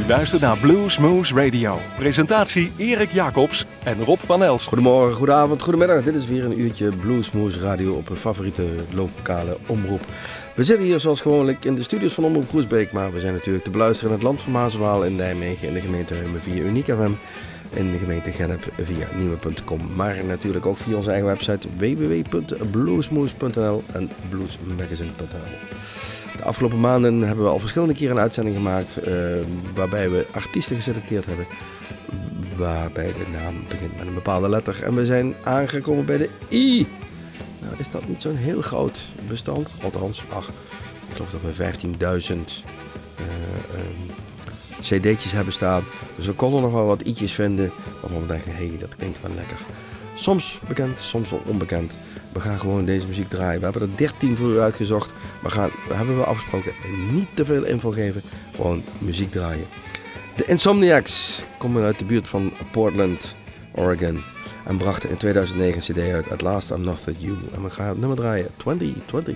U luistert naar Bluesmoose Radio. Presentatie Erik Jacobs en Rob van Elst. Goedemorgen, goedenavond, goedemiddag. Dit is weer een uurtje Bluesmoose Radio op een favoriete lokale omroep. We zitten hier zoals gewoonlijk in de studios van Omroep Groesbeek, maar we zijn natuurlijk te beluisteren in het land van Maaswaal, in Nijmegen, in de gemeente Heumen via Uniek FM, in de gemeente Gennep via nieuwe.com, maar natuurlijk ook via onze eigen website www.bluesmoose.nl en bluesmagazine.nl. De afgelopen maanden hebben we al verschillende keren een uitzending gemaakt waarbij we artiesten geselecteerd hebben, waarbij de naam begint met een bepaalde letter. En we zijn aangekomen bij de I. Nou is dat niet zo'n heel groot bestand, althans, ik geloof dat we 15.000 cd'tjes hebben staan. Dus we konden nog wel wat i'tjes vinden waarvan we dachten, hey, dat klinkt wel lekker. Soms bekend, soms wel onbekend. We gaan gewoon deze muziek draaien. We hebben er 13 voor u uitgezocht. We hebben we afgesproken niet te veel info geven. Gewoon muziek draaien. De Insomniacs komen uit de buurt van Portland, Oregon. En brachten in 2009 een cd uit, At Last I'm Not With You. En we gaan het nummer draaien, 2020.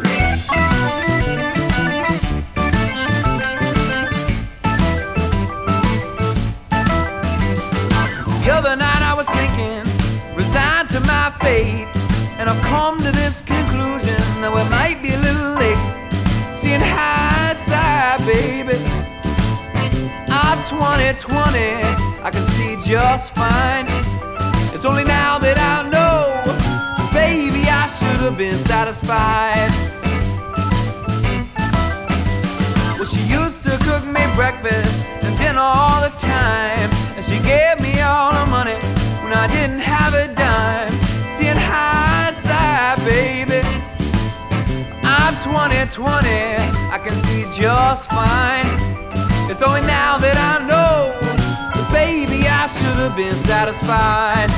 The other night I was thinking, resigned to my fate, and I've come to this conclusion that we might be a little late. Seeing hindsight, baby, I'm 2020, I can see just fine. It's only now that I know, baby, I should have been satisfied. Well, she used to cook me breakfast and dinner all the time, and she gave me all the money when I didn't have a dime. Seeing hindsight, baby, I'm 2020, I can see just fine. It's only now that I know, baby, I should have been satisfied.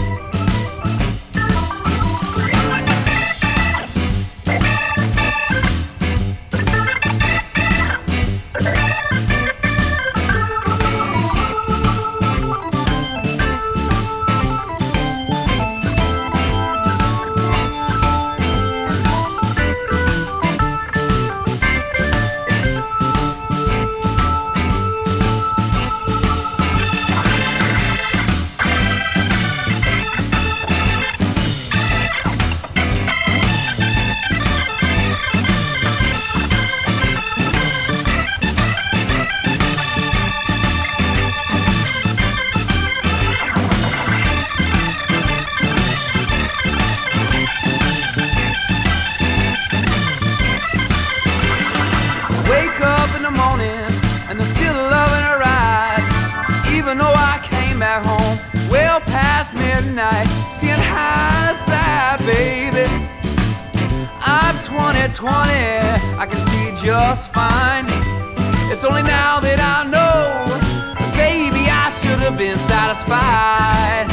Seeing hindsight, baby, I'm 2020, I can see just fine. It's only now that I know, baby, I should have been satisfied.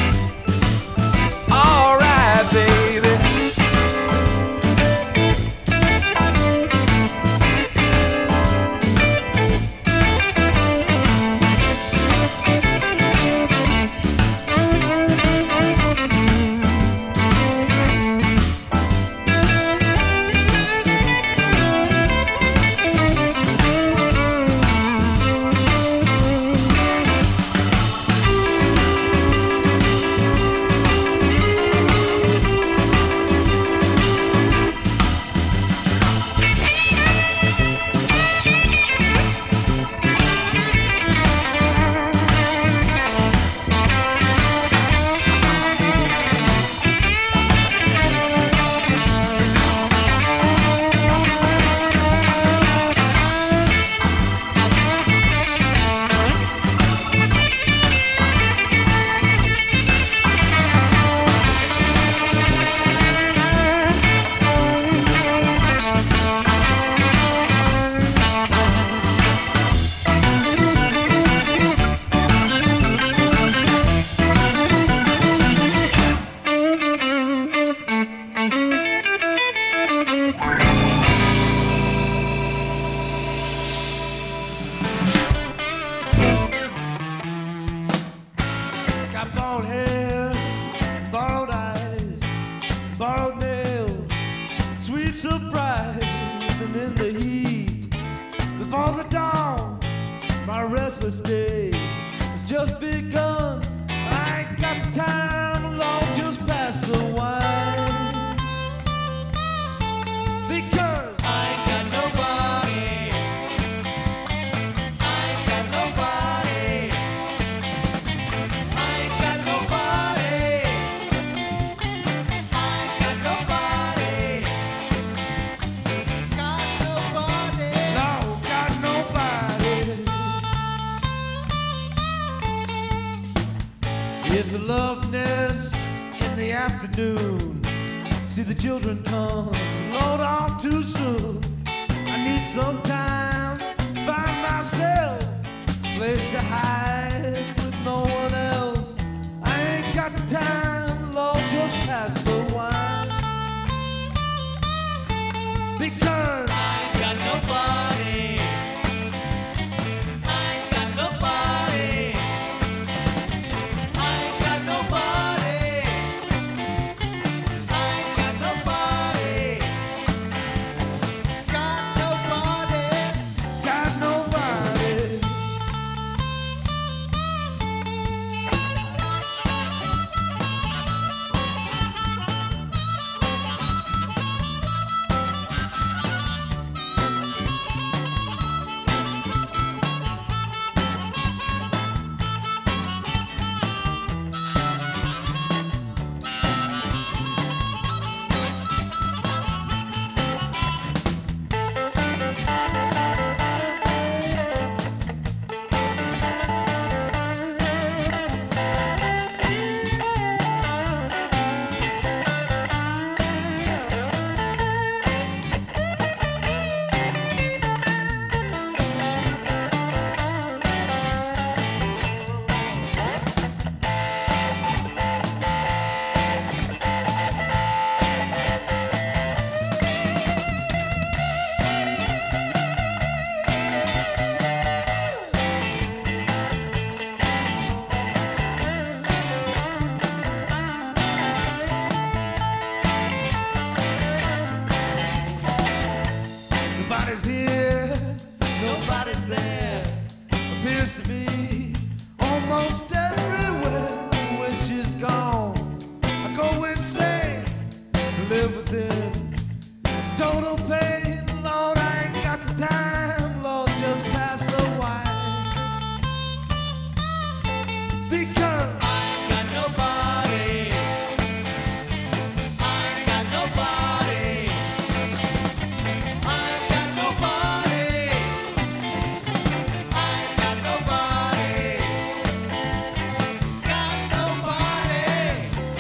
Alright, baby. surprise, and in the heat before the dawn, My restless day has just begun. I ain't got the time, Lord, just pass the wine. Because I ain't got nobody. I ain't got nobody. I ain't got nobody. I ain't got nobody. Got nobody. No, got nobody. It's a love nest in the afternoon. See the children come, Lord, all too soon. I need some time, find myself a place to hide with no one else. I ain't got the time, Lord, just pass the wine. Because I ain't got nobody. I ain't got nobody. I ain't got nobody. I ain't got nobody. Got nobody. Got nobody. Nobody's here, nobody's there. Appears to be almost everywhere. When she's gone, I go insane to live within. It's total pain, Lord, I ain't got the time. Lord, just pass the wine. Because I ain't got nobody. I ain't got nobody. I ain't got nobody. I ain't got nobody. Got nobody.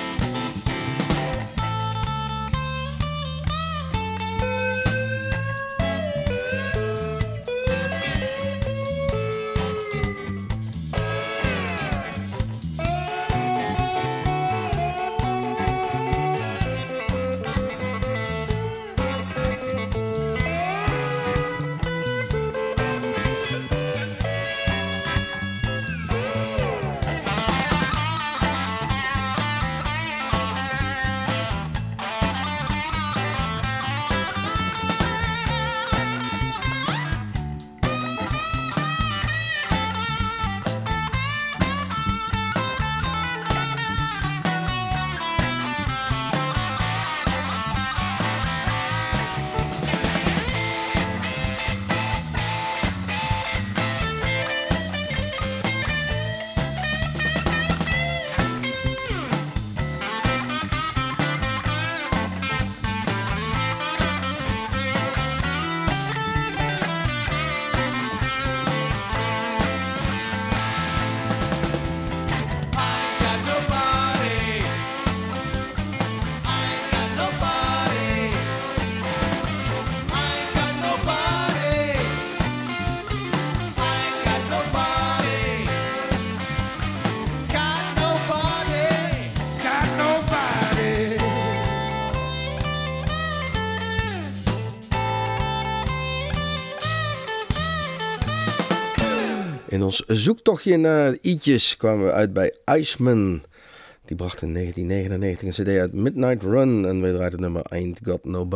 In ons zoektochtje naar i'tjes kwamen we uit bij Iceman. Die bracht in 1999 een cd uit, Midnight Run, en wij draaiden het nummer Ain't Got Nobody.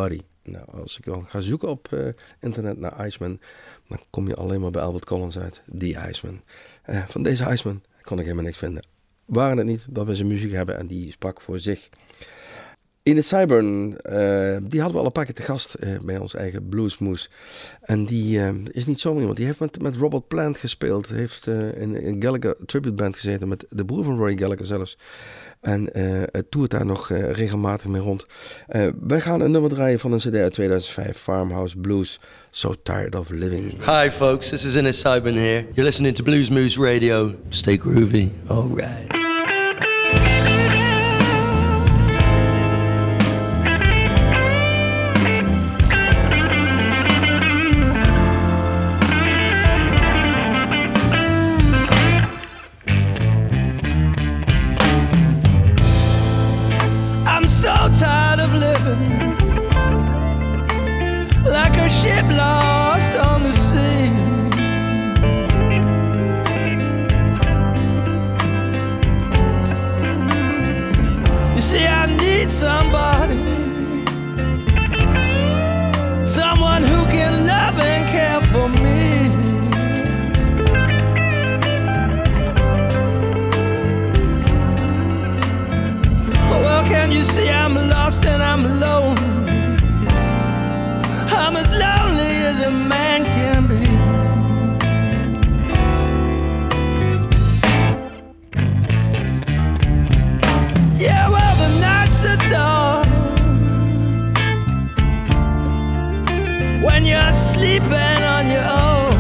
Nou, als ik dan ga zoeken op internet naar Iceman, dan kom je alleen maar bij Albert Collins uit. Die Iceman. Van deze Iceman kon ik helemaal niks vinden. Waren het niet dat we zijn muziek hebben en die sprak voor zich. Enid Seiburn, die hadden we al een paar keer te gast bij ons eigen Bluesmoes. En die is niet zomaar iemand. Die heeft met Robert Plant gespeeld. Heeft in een Gallagher tribute band gezeten met de broer van Roy Gallagher zelfs. En toert daar nog regelmatig mee rond. Wij gaan een nummer draaien van een cd uit 2005, Farmhouse Blues, So Tired of Living. Hi folks, this is Enid Seiburn here. You're listening to Bluesmoose Radio. Stay groovy. All right. Tired of living like a ship lost on the sea. You see, I need somebody, someone who can love and care for me. Well, can you see I'm lost and I'm alone? I'm as lonely as a man can be. Yeah, well, the nights are dark when you're sleeping on your own.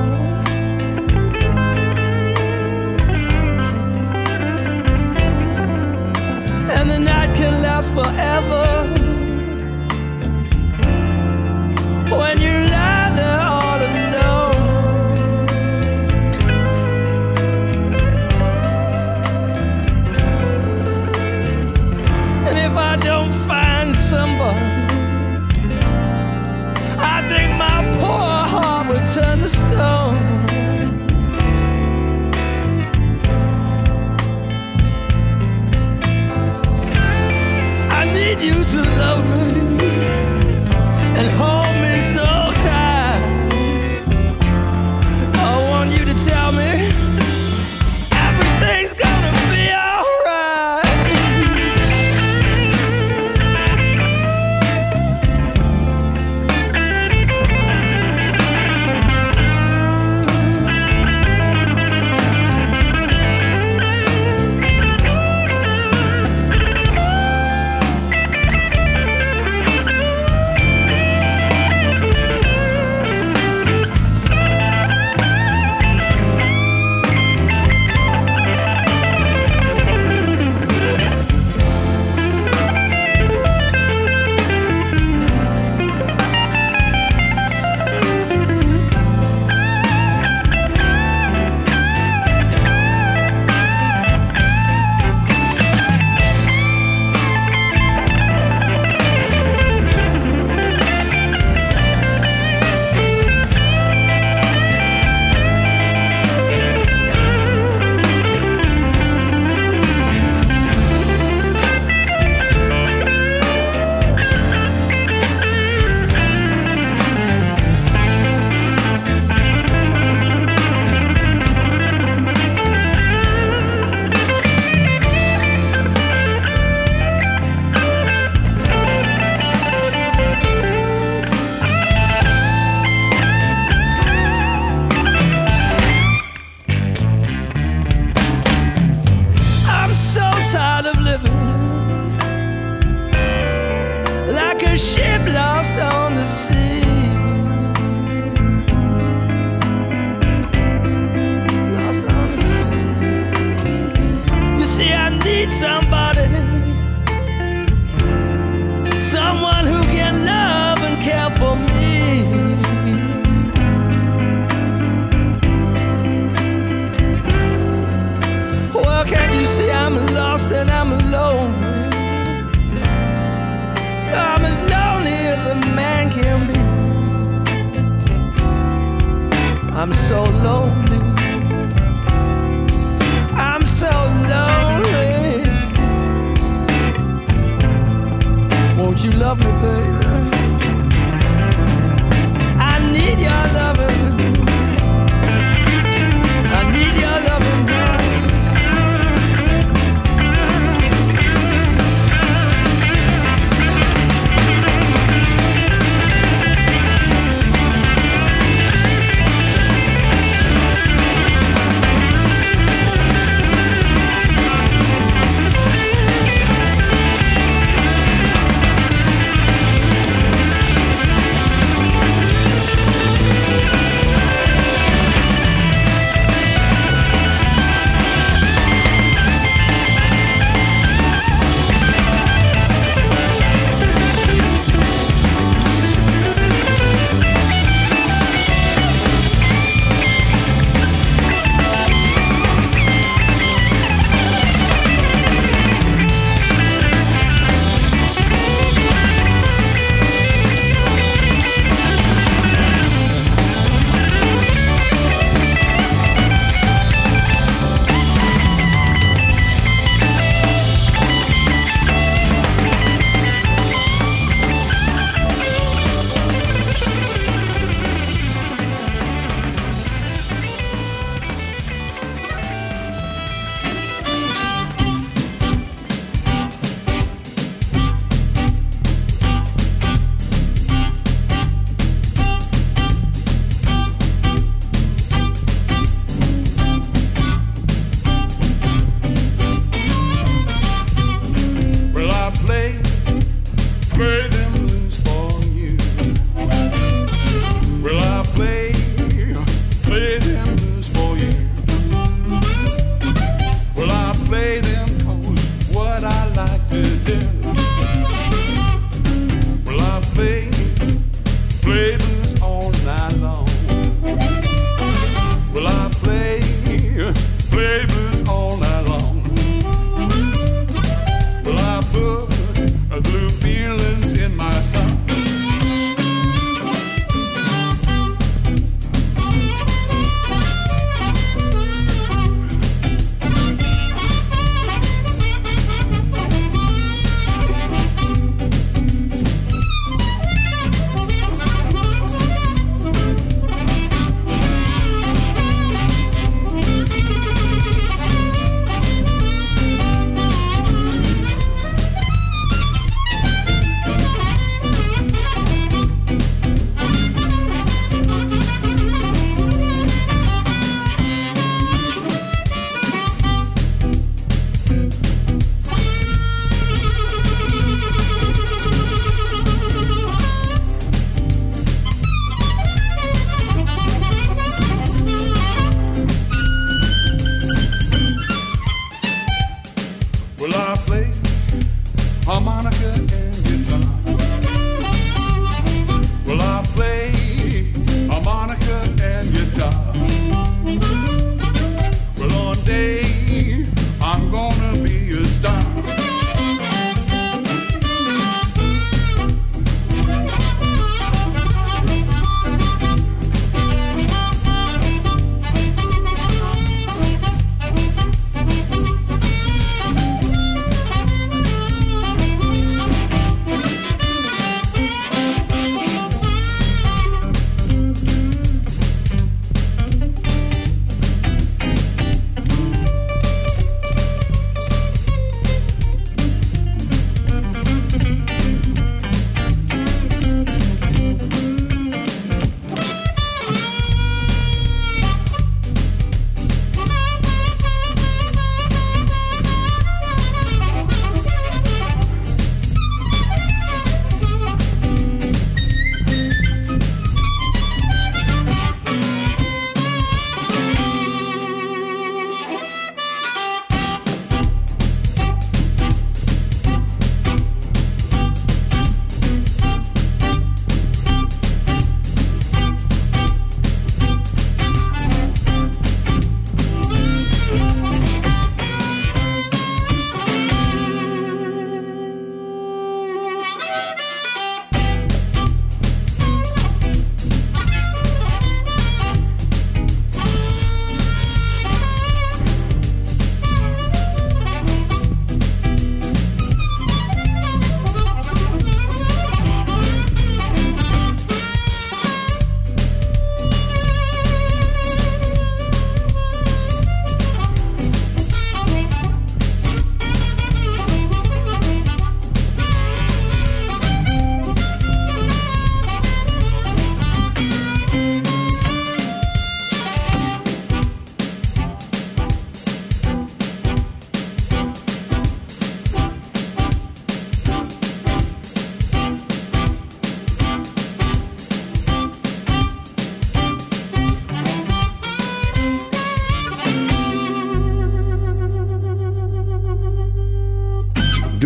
And the night can last forever when you lie there all alone. And if I don't find somebody, I think my poor heart will turn to stone. You to love me and hold me so tight. I want you to tell me everything's gonna be alright. I'm so lonely. I'm so lonely. Won't you love me, baby?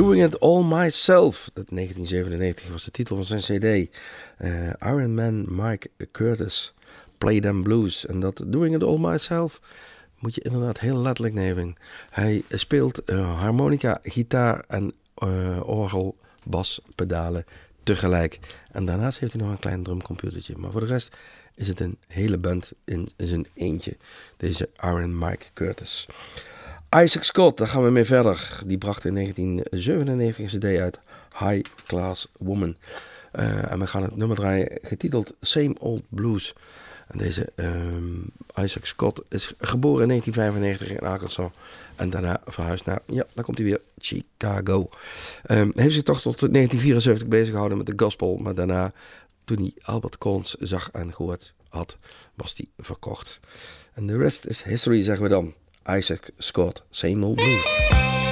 Doing It All Myself. Dat 1997 was de titel van zijn cd. Iron Man Mike Curtis. Play Them Blues. En dat Doing It All Myself moet je inderdaad heel letterlijk nemen. Hij speelt harmonica, gitaar en orgel, bas, pedalen tegelijk. En daarnaast heeft hij nog een klein drumcomputertje. Maar voor de rest is het een hele band in zijn eentje. Deze Iron Mike Curtis. Isaac Scott, daar gaan we mee verder. Die bracht in 1997 een cd uit, High Class Woman. En we gaan het nummer draaien, getiteld Same Old Blues. En deze Isaac Scott is geboren in 1995 in Arkansas. En daarna verhuisd naar, ja, daar komt hij weer, Chicago. Heeft zich toch tot 1974 bezig gehouden met de gospel. Maar daarna, toen hij Albert Collins zag en gehoord had, was hij verkocht. En de rest is history, zeggen we dan. Isaac Scott, Same Old Blues.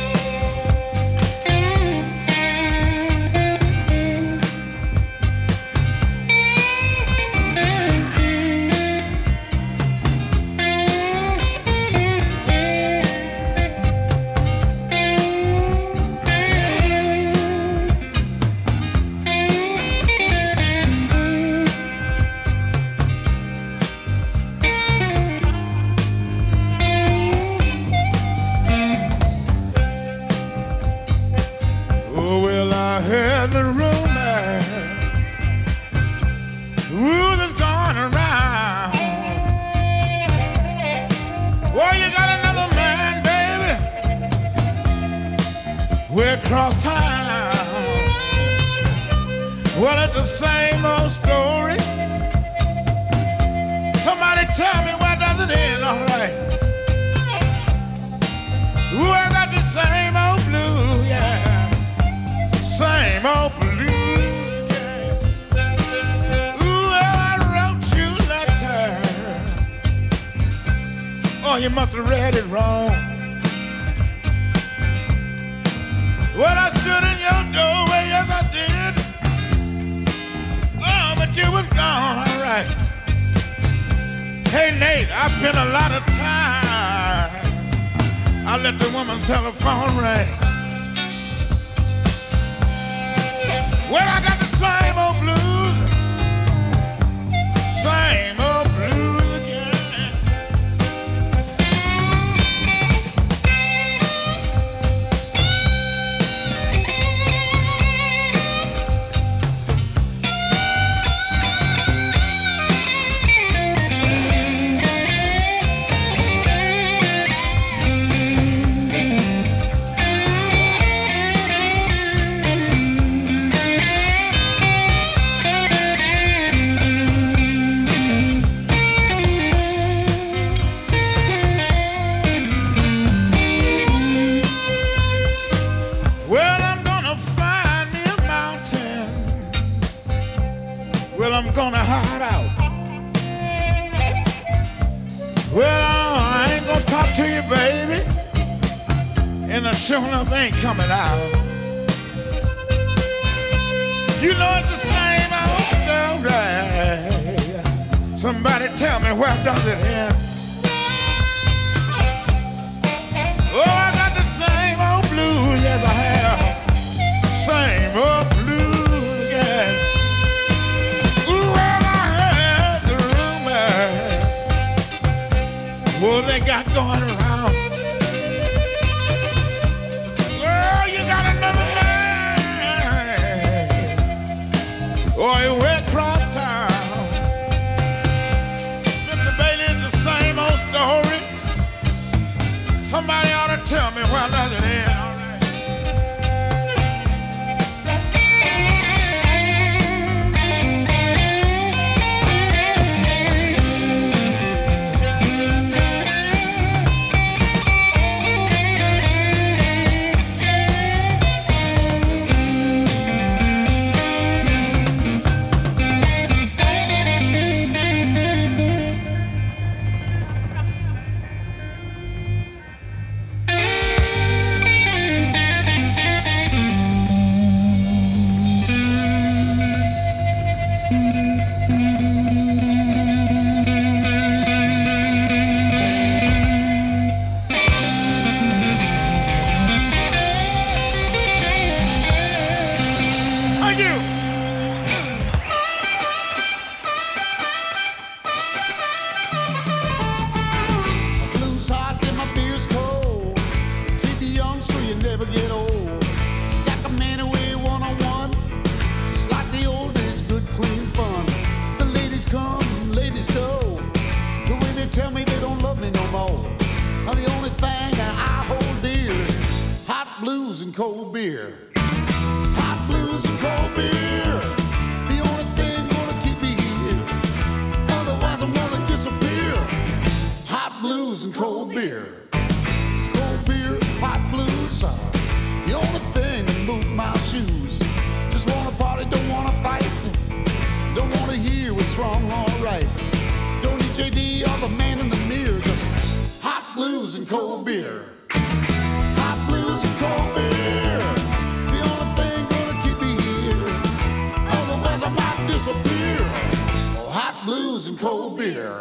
Across town, well, it's the same old story. Somebody tell me, why does it end? All right. Ooh, I got the same old blues, yeah. Same old blues, yeah. Ooh, well, I wrote you a letter. Oh, you must have read it wrong. Well, I stood in your doorway, yes I did. Oh, but you was gone, all right. Hey, Nate, I spent a lot of time. I let the woman's telephone ring. Well, I got the same old blues. Same old blues again. Gonna hide out. Well, I ain't gonna talk to you, baby, and the showing up ain't coming out. You know it's the same old story. Somebody tell me, where does it end? Oh, I got the same old blues, yes I have. Same old blues again. What they got going around? Girl, you got another man. Oh, he went across town. Mr. Bailey, it's the same old story. Somebody ought to tell me, where does it end? All right. cold beer. Hot blues and cold beer. The only thing gonna keep me here. Otherwise I'm gonna disappear. Hot blues and cold beer. Cold beer, hot blues are the only thing that move my shoes. Just wanna party, don't wanna fight. Don't wanna hear what's wrong or right. Don't need JD or the man in the mirror. Just hot blues and cold beer. Hot blues and cold beer. The only thing gonna keep me here. Otherwise I might disappear. Oh, hot blues and cold beer.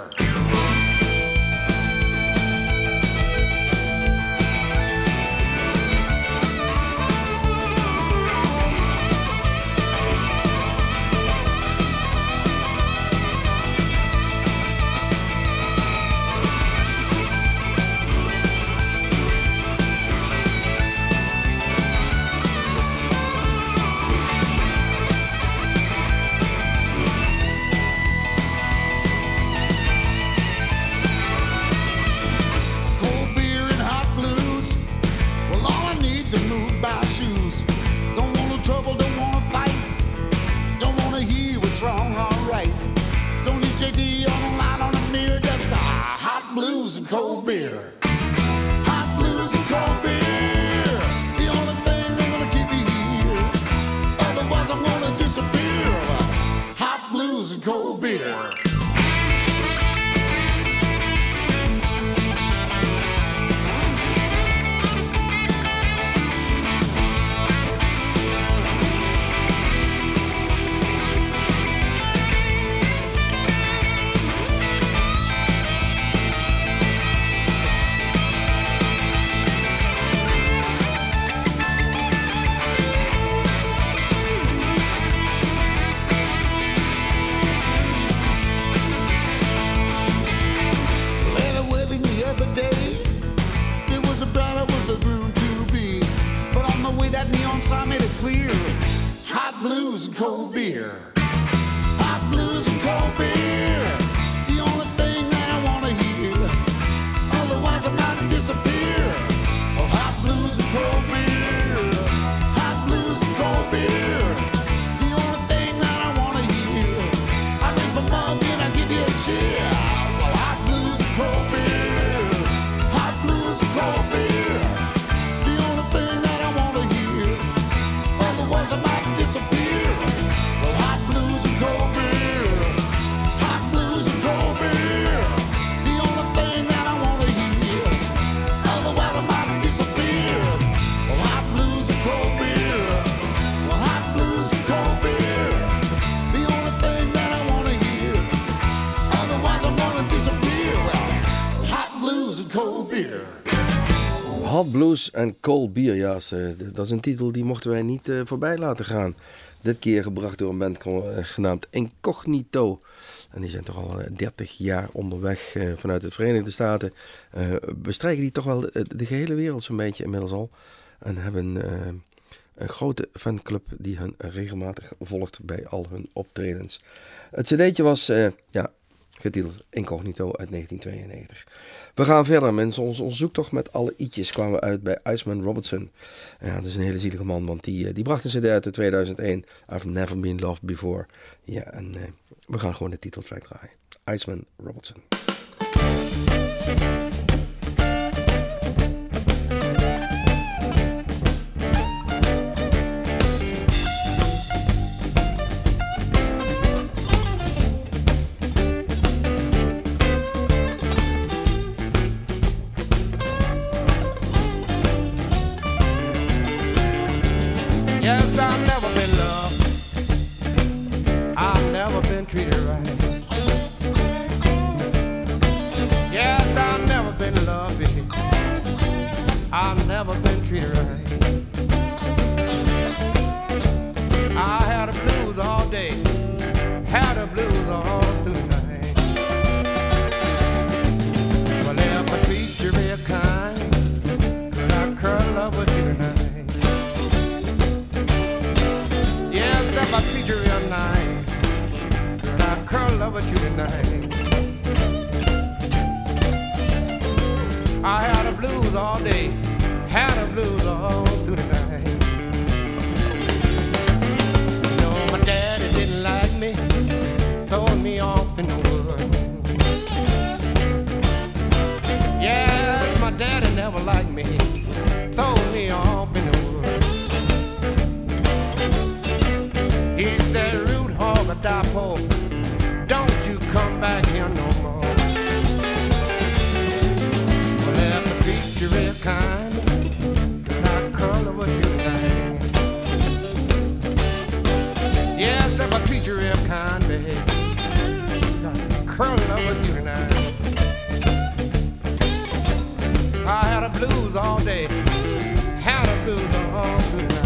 Cold beer. Hot blues and cold beer. The only thing that's gonna keep me here. Otherwise I'm gonna disappear. Hot blues and cold beer. I made it clear. Hot blues and cold beer. Hot blues and cold beer. The only thing that I wanna hear. Otherwise I might disappear. Oh, hot blues and cold beer. Hot blues and cold beer. The only thing that I wanna hear. I raise my mug and I give you a cheer. Oh, hot blues and cold beer. Hot blues and cold beer. The only thing that I wanna hear. Otherwise I might disappear. Well, hot blues and cold beer. Hot blues and cold beer. The only thing that I wanna hear. Otherwise I might disappear. Well, hot blues and cold beer. Well, hot blues and cold beer. The only thing that I wanna hear. Otherwise I'm gonna disappear. Well, hot blues and cold beer. Hot Blues and Cold Beer, ja, dat is een titel die mochten wij niet voorbij laten gaan. Dit keer gebracht door een band genaamd Incognito. En die zijn toch al 30 jaar onderweg vanuit de Verenigde Staten. Bestrijken die toch wel de gehele wereld zo'n beetje inmiddels al. En hebben een grote fanclub die hen regelmatig volgt bij al hun optredens. Het cd'tje was getiteld Incognito uit 1992. We gaan verder, mensen. Onze zoektocht met alle i'tjes kwamen we uit bij Iceman Robertson. Ja, dat is een hele zielige man, want die bracht een cd uit in 2001. I've Never Been Loved Before. Ja, en we gaan gewoon de titeltrack draaien. Iceman Robertson. Treated right. Yes, I've never been loved. I've never been treated right. I had the blues all day, had the blues all through the night. Well, if I treat you real kind, could I curl up with you tonight? Yes, if I treat you real nice, curl up with you tonight. I had the blues all day, had the blues all through the night. off in the wood. Yes, my daddy never liked me, throw me off in the wood. He said, root hog a dapo, don't you come back here no more. Well, if I treat you real kind, then I curl over you tonight. Yes, if I treat you real kind, baby, curl up with you tonight. I had a blues all day, had a blues all through the night.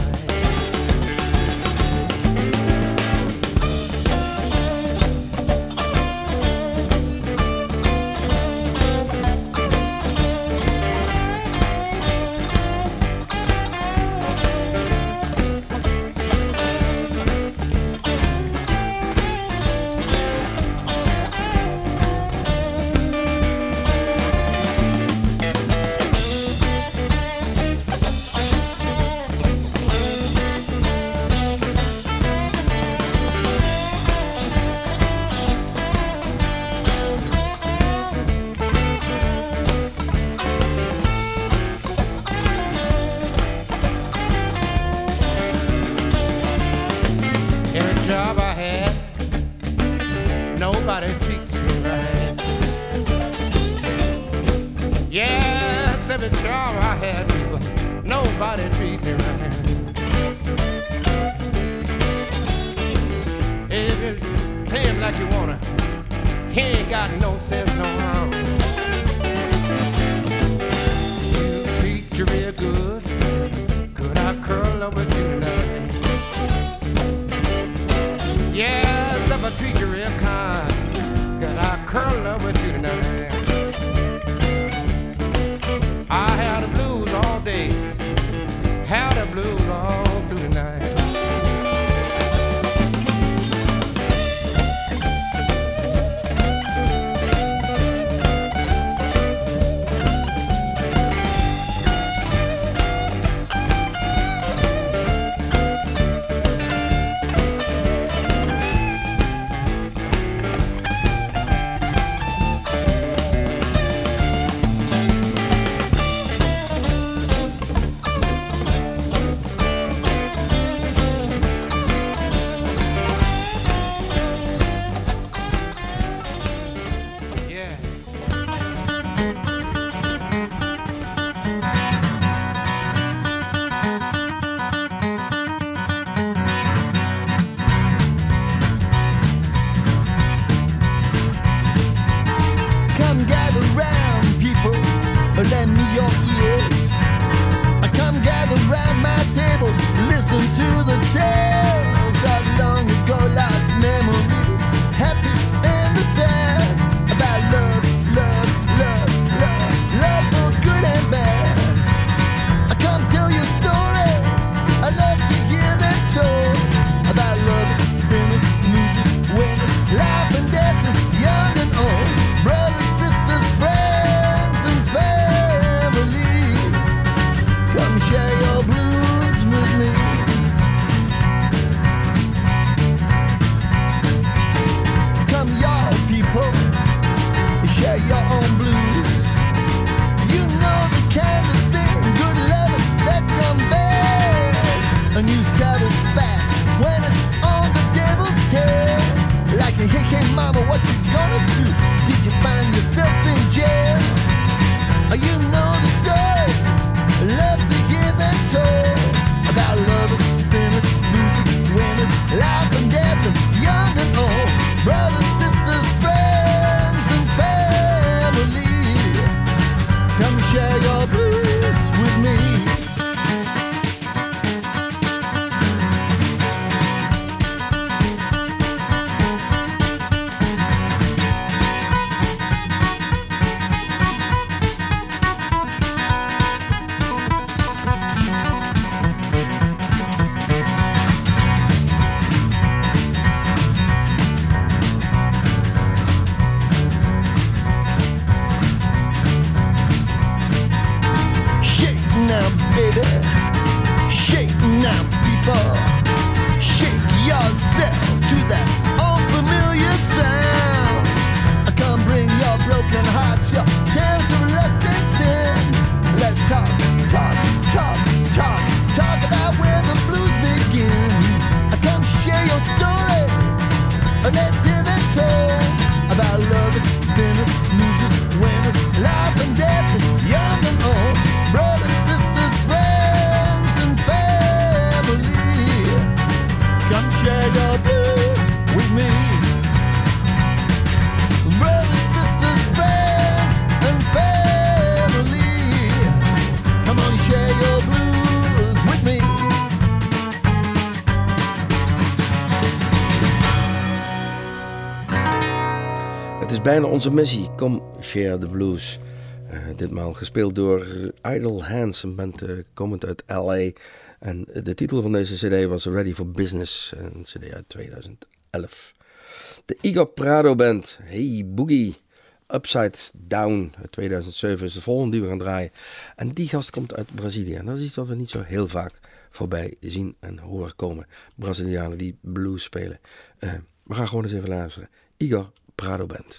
Het is bijna onze missie. Come share the blues. Ditmaal gespeeld door Idle Hands, een band komend uit L.A. En de titel van deze cd was Ready for Business, een cd uit 2011. De Igor Prado Band, Hey Boogie, Upside Down uit 2007 is de volgende die we gaan draaien. En die gast komt uit Brazilië. En dat is iets wat we niet zo heel vaak voorbij zien en horen komen. Brazilianen die blues spelen. We gaan gewoon eens even luisteren. Igor Prado Band.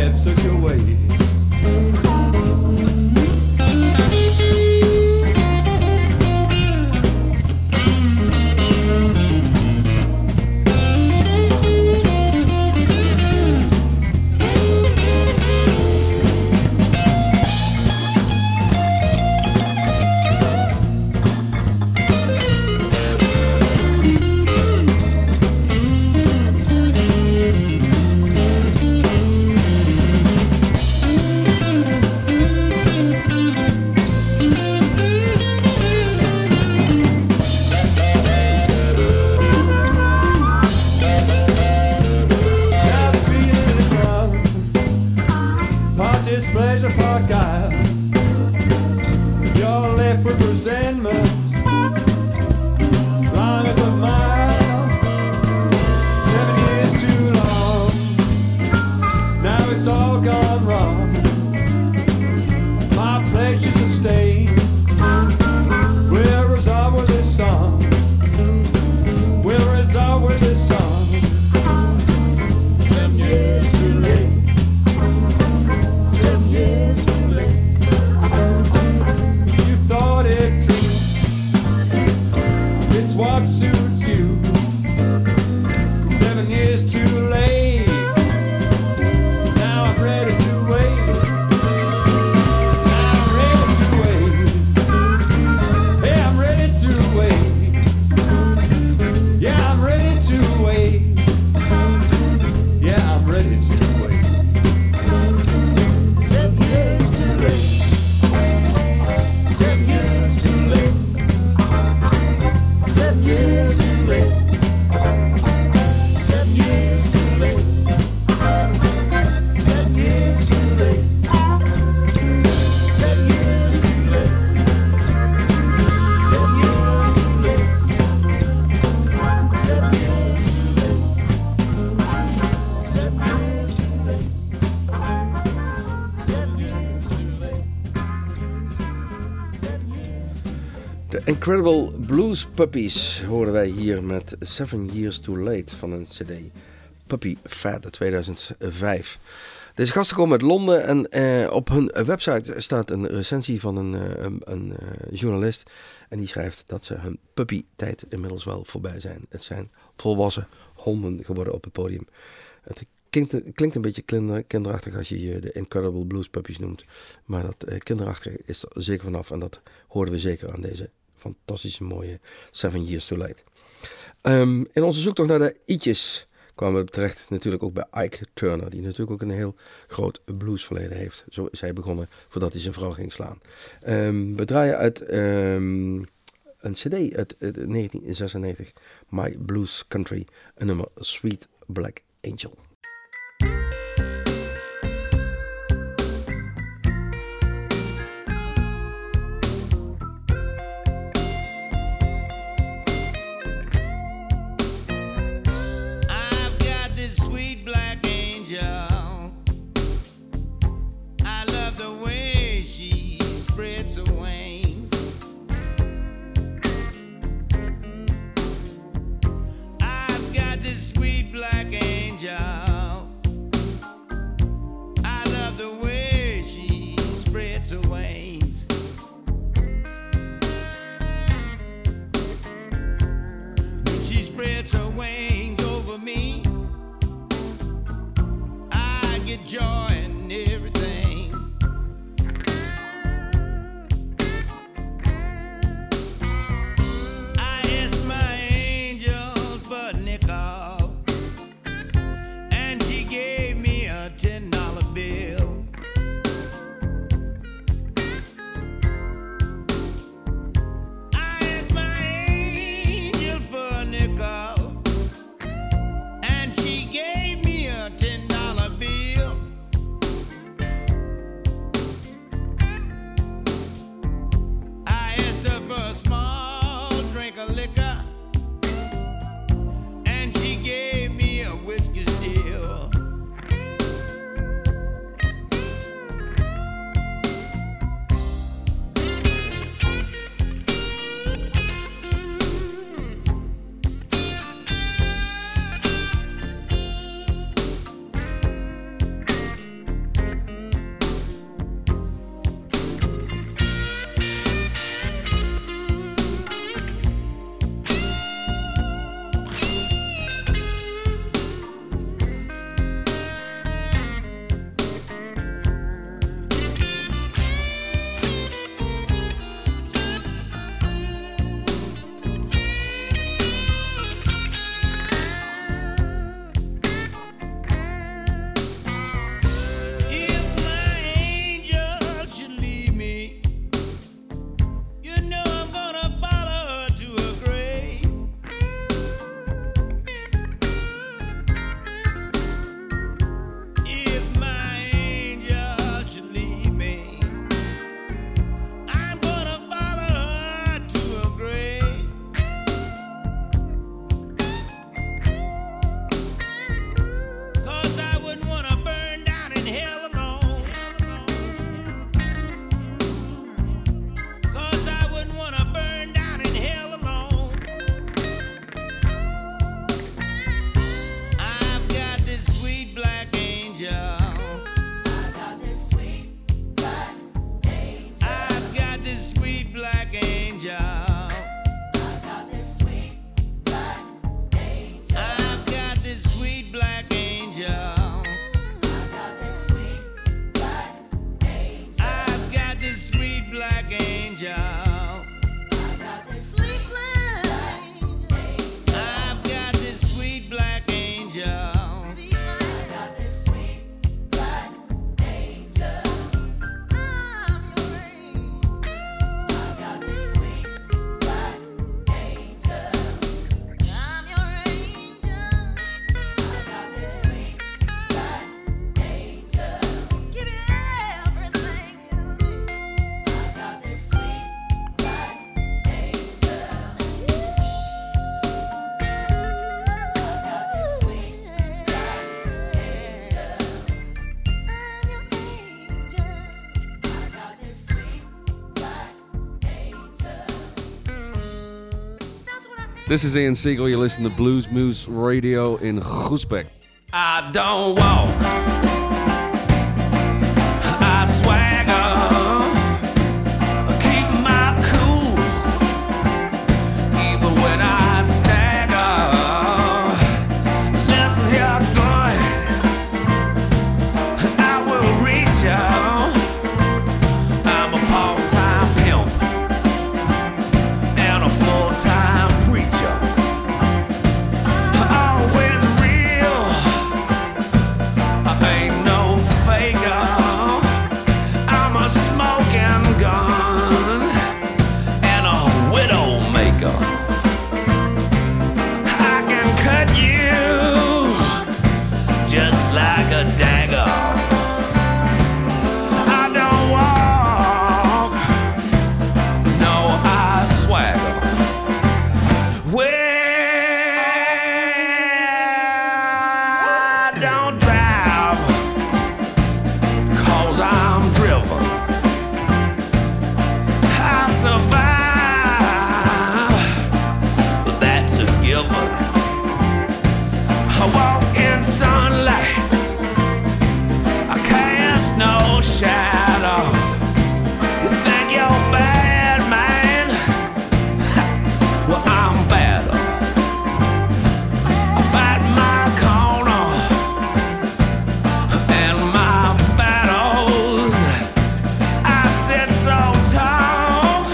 have such a way. Incredible Blues Puppies hoorden wij hier met 7 Years Too Late van een cd. Puppy Fat 2005. Deze gasten komen uit Londen en op hun website staat een recensie van een journalist. En die schrijft dat ze hun puppy-tijd inmiddels wel voorbij zijn. Het zijn volwassen honden geworden op het podium. Het klinkt een beetje kinderachtig als je de Incredible Blues Puppies noemt. Maar dat kinderachtige is er zeker vanaf en dat hoorden we zeker aan deze fantastische mooie 7 Years Too Late. In onze zoektocht naar de i'tjes kwamen we terecht natuurlijk ook bij Ike Turner, die natuurlijk ook een heel groot bluesverleden heeft. Zo is hij begonnen voordat hij zijn vrouw ging slaan. We draaien uit een cd uit 1996, My Blues Country, een nummer Sweet Black Angel. This is Ian Siegel. You listen to Blues Moose Radio in Groesbeek. I don't walk, I swagger, keep my cool, even when I stagger. Listen here, boy, I will reach out. I'm a part-time pimp and a full-time preacher. Always real, I ain't no faker. I'm a smoking gun and a widow maker. I can cut you just like a dagger. I don't walk, no, I swagger. I don't drive, 'cause I'm driven. I survive, that's a given. I walk in sunlight, I cast no shadow. You think you're bad, man? Well, I'm better. I fight my corner and my battles. I sit so tall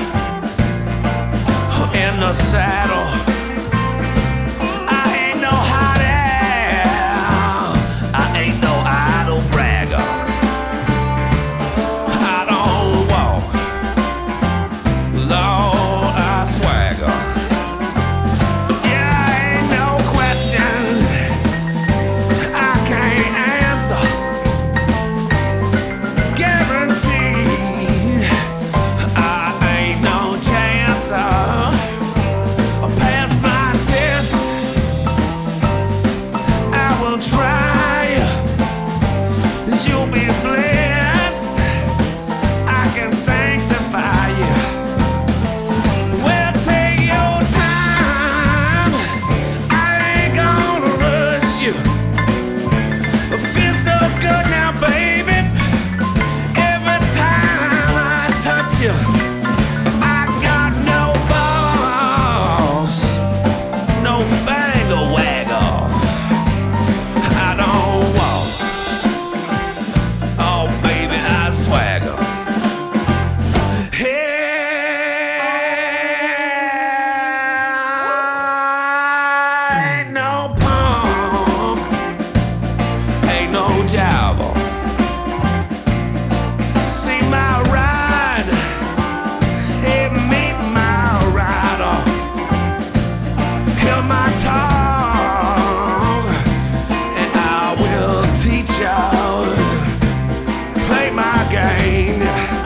in the saddle. I ain't no hot air, I ain't no idle bragger. I don't walk, Lord, I swagger. Yeah, ain't no question I can't answer. Guaranteed I ain't no chance. I pass my test, I will try. You'll be blessed, I can sanctify you. Well, take your time, I ain't gonna rush you. I feel so good now, baby, every time I touch you. I got no balls, no finger wagger. I don't walk, oh baby, I swagger. Ain't no punk, ain't no jabber. See my ride, hey, meet my rider. Hear my tongue, and I will teach you. Play my game,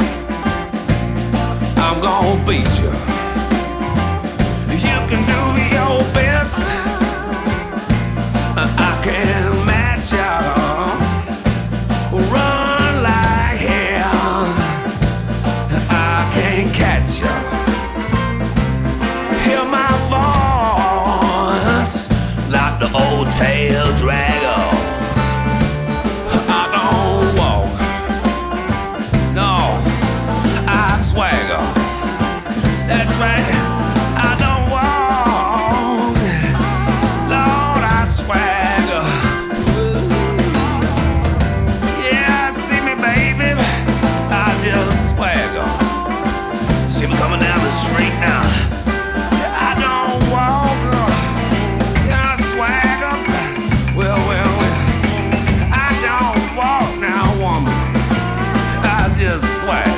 I'm gonna beat you. You can do your best, I can match you. Run like hell, I can't catch you. Hear my voice like the old tail dragger. I don't walk, no, I swagger. That's right, I don't walk, Lord, I swagger. Yeah, see me, baby, I just swagger. See me coming down the street now. I don't walk, I swagger. Well, I don't walk now, woman, I just swagger.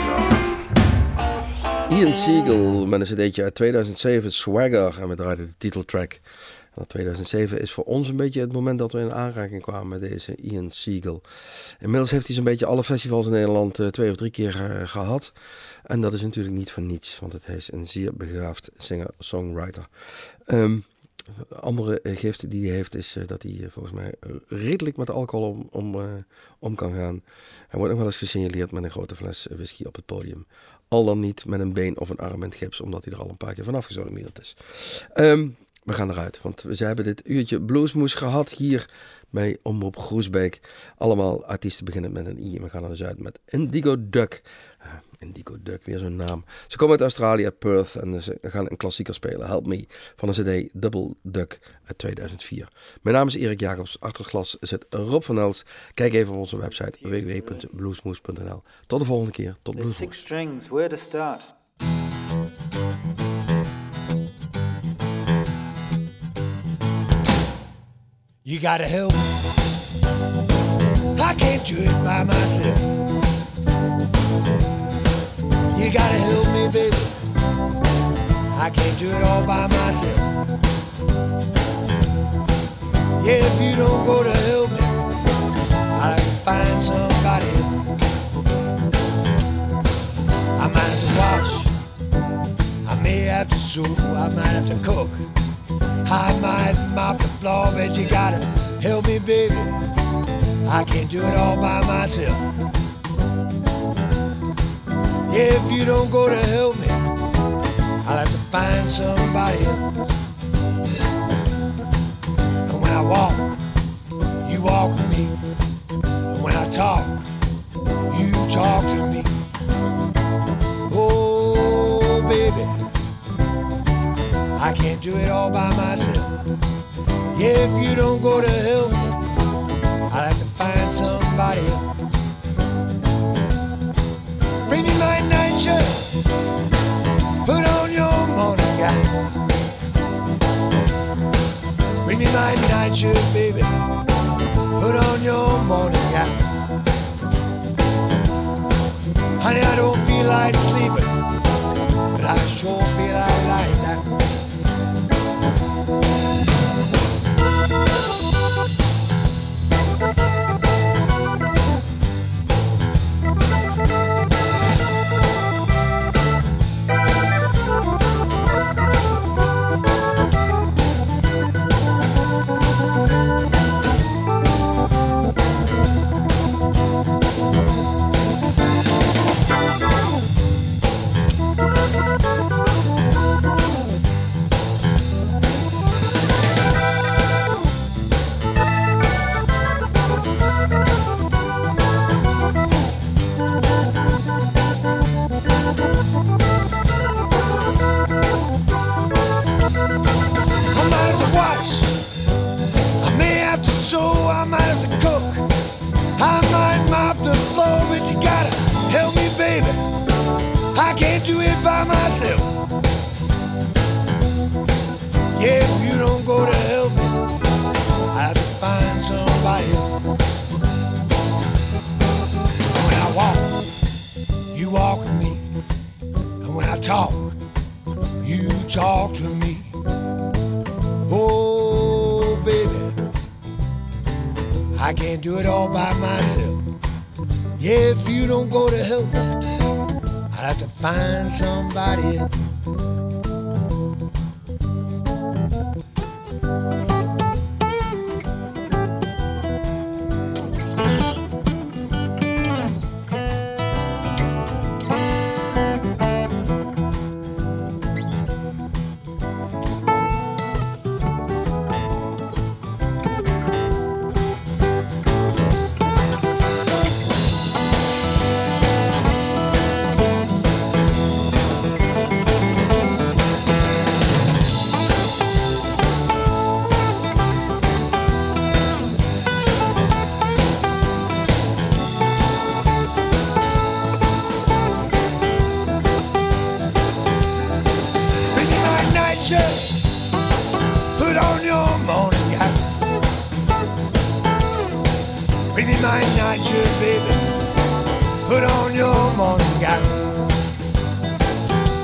Ian Siegel met een cd'tje uit 2007, Swagger. En we draaiden de titeltrack. En 2007 is voor ons een beetje het moment dat we in aanraking kwamen met deze Ian Siegel. Inmiddels heeft hij zo'n beetje alle festivals in Nederland 2 of 3 keer gehad. En dat is natuurlijk niet voor niets, want hij is een zeer begaafd singer-songwriter. Andere gift die hij heeft is dat hij volgens mij redelijk met alcohol om kan gaan. Hij wordt nog wel eens gesignaleerd met een grote fles whisky op het podium. Al dan niet met een been of een arm in het gips, omdat hij er al een paar keer vanaf gezodemieterd is. we gaan eruit. Want we hebben dit uurtje Bluesmoes gehad hier bij Omroep Groesbeek. Allemaal artiesten beginnen met een I. En we gaan er dus uit met Indigo Duck. Indigo Duck, weer zo'n naam. Ze komen uit Australië, Perth. En ze gaan een klassieker spelen, Help Me. Van de cd Double Duck uit 2004. Mijn naam is Erik Jacobs. Achter het glas zit Rob van Els. Kijk even op onze website www.bluesmoes.nl. Tot de volgende keer. Tot Bluesmoes. 6 strings, where to start? You gotta help me. I can't do it by myself. You gotta help me, baby. I can't do it all by myself. Yeah, if you don't go to help me, I'll have to find somebody else. I might have to wash, I may have to sew, I might have to cook, I might mop the floor, but you gotta help me, baby. I can't do it all by myself. Yeah, if you don't go to help me, I'll have to find somebody else. And when I walk, you walk with me. And when I talk, you talk to me. Oh, baby, I can't do it all by myself. Yeah, if you don't go to help me, I'll have to find somebody else. Bring me my nightshirt, put on your morning gown. Bring me my nightshirt, baby, put on your morning gown. Honey, I don't feel like sleeping, but I sure feel like lying down. I can't do it all by myself. Yeah, if you don't go to help me, I'll have to find somebody else.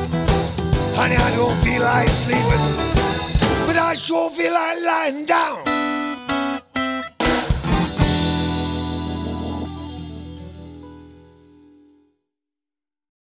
Honey, I don't feel like sleeping, but I sure feel like lying down.